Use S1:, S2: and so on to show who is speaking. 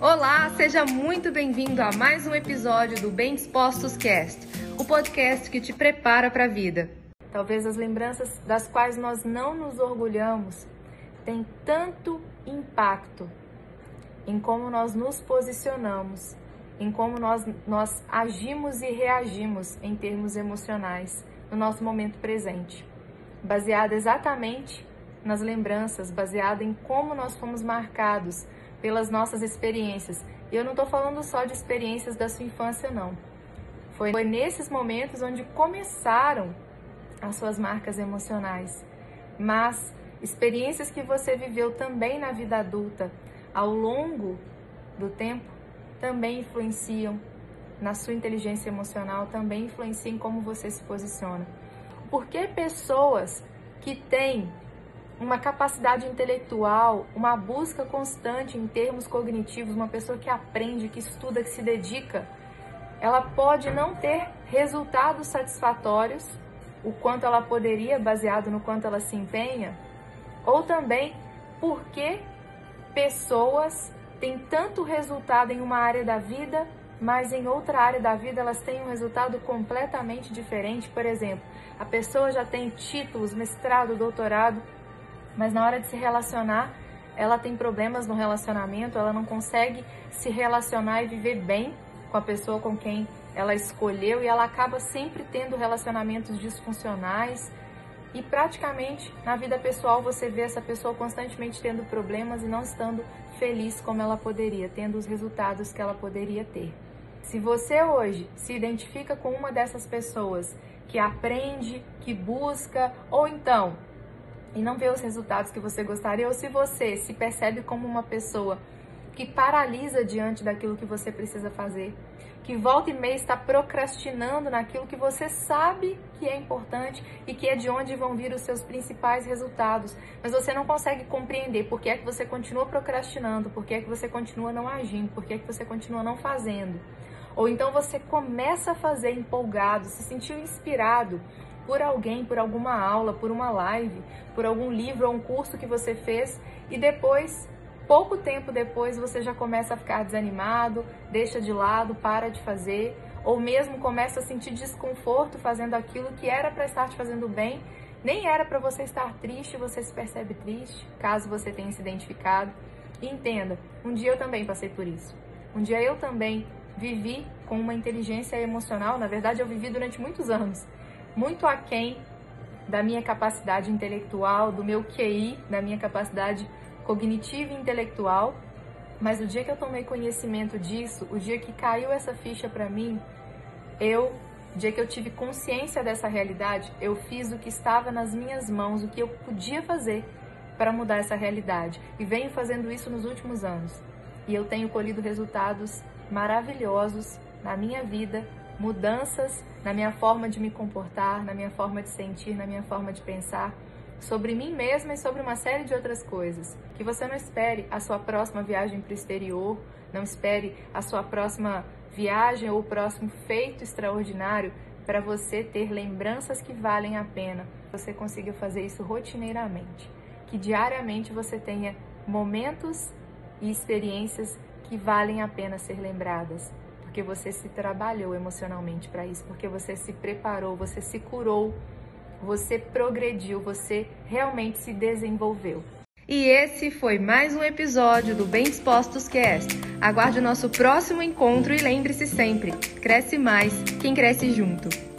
S1: Olá, seja muito bem-vindo a mais um episódio do Bem Dispostos Cast, o podcast que te prepara para a vida. Talvez as lembranças das quais nós não nos orgulhamos têm tanto impacto em como nós nos posicionamos, em como nós agimos e reagimos em termos emocionais no nosso momento presente, baseado exatamente nas lembranças, baseado em como nós fomos marcados pelas nossas experiências. E eu não estou falando só de experiências da sua infância, não. Foi nesses momentos onde começaram as suas marcas emocionais. Mas experiências que você viveu também na vida adulta, ao longo do tempo, também influenciam na sua inteligência emocional, também influenciam em como você se posiciona. Porque pessoas que têm uma capacidade intelectual, uma busca constante em termos cognitivos, uma pessoa que aprende, que estuda, que se dedica, ela pode não ter resultados satisfatórios, o quanto ela poderia, baseado no quanto ela se empenha, ou também porque pessoas têm tanto resultado em uma área da vida, mas em outra área da vida elas têm um resultado completamente diferente. Por exemplo, a pessoa já tem títulos, mestrado, doutorado, mas na hora de se relacionar, ela tem problemas no relacionamento, ela não consegue se relacionar e viver bem com a pessoa com quem ela escolheu e ela acaba sempre tendo relacionamentos disfuncionais e praticamente na vida pessoal você vê essa pessoa constantemente tendo problemas e não estando feliz como ela poderia, tendo os resultados que ela poderia ter. Se você hoje se identifica com uma dessas pessoas que aprende, que busca ou então e não vê os resultados que você gostaria, ou se você se percebe como uma pessoa que paralisa diante daquilo que você precisa fazer, que volta e meia está procrastinando naquilo que você sabe que é importante e que é de onde vão vir os seus principais resultados, mas você não consegue compreender por que é que você continua procrastinando, por que é que você continua não agindo, por que é que você continua não fazendo. Ou então você começa a fazer empolgado, se sentiu inspirado por alguém, por alguma aula, por uma live, por algum livro ou um curso que você fez e depois, pouco tempo depois, você já começa a ficar desanimado, deixa de lado, para de fazer, ou mesmo começa a sentir desconforto fazendo aquilo que era para estar te fazendo bem, nem era para você estar triste, você se percebe triste, caso você tenha se identificado. E entenda, um dia eu também passei por isso. Um dia eu também vivi com uma inteligência emocional, na verdade eu vivi durante muitos anos, muito aquém da minha capacidade intelectual, do meu QI, da minha capacidade cognitiva e intelectual, mas o dia que eu tomei conhecimento disso, o dia que caiu essa ficha para mim, o dia que eu tive consciência dessa realidade, eu fiz o que estava nas minhas mãos, o que eu podia fazer para mudar essa realidade. E venho fazendo isso nos últimos anos. E eu tenho colhido resultados maravilhosos na minha vida, mudanças na minha forma de me comportar, na minha forma de sentir, na minha forma de pensar, sobre mim mesma e sobre uma série de outras coisas. Que você não espere a sua próxima viagem para o exterior, não espere a sua próxima viagem ou o próximo feito extraordinário para você ter lembranças que valem a pena. Você consiga fazer isso rotineiramente. Que diariamente você tenha momentos e experiências que valem a pena ser lembradas. Porque você se trabalhou emocionalmente para isso, porque você se preparou, você se curou, você progrediu, você realmente se desenvolveu. E esse foi mais um episódio do Bem Dispostos Cast. Aguarde o nosso próximo encontro e lembre-se sempre, cresce mais quem cresce junto.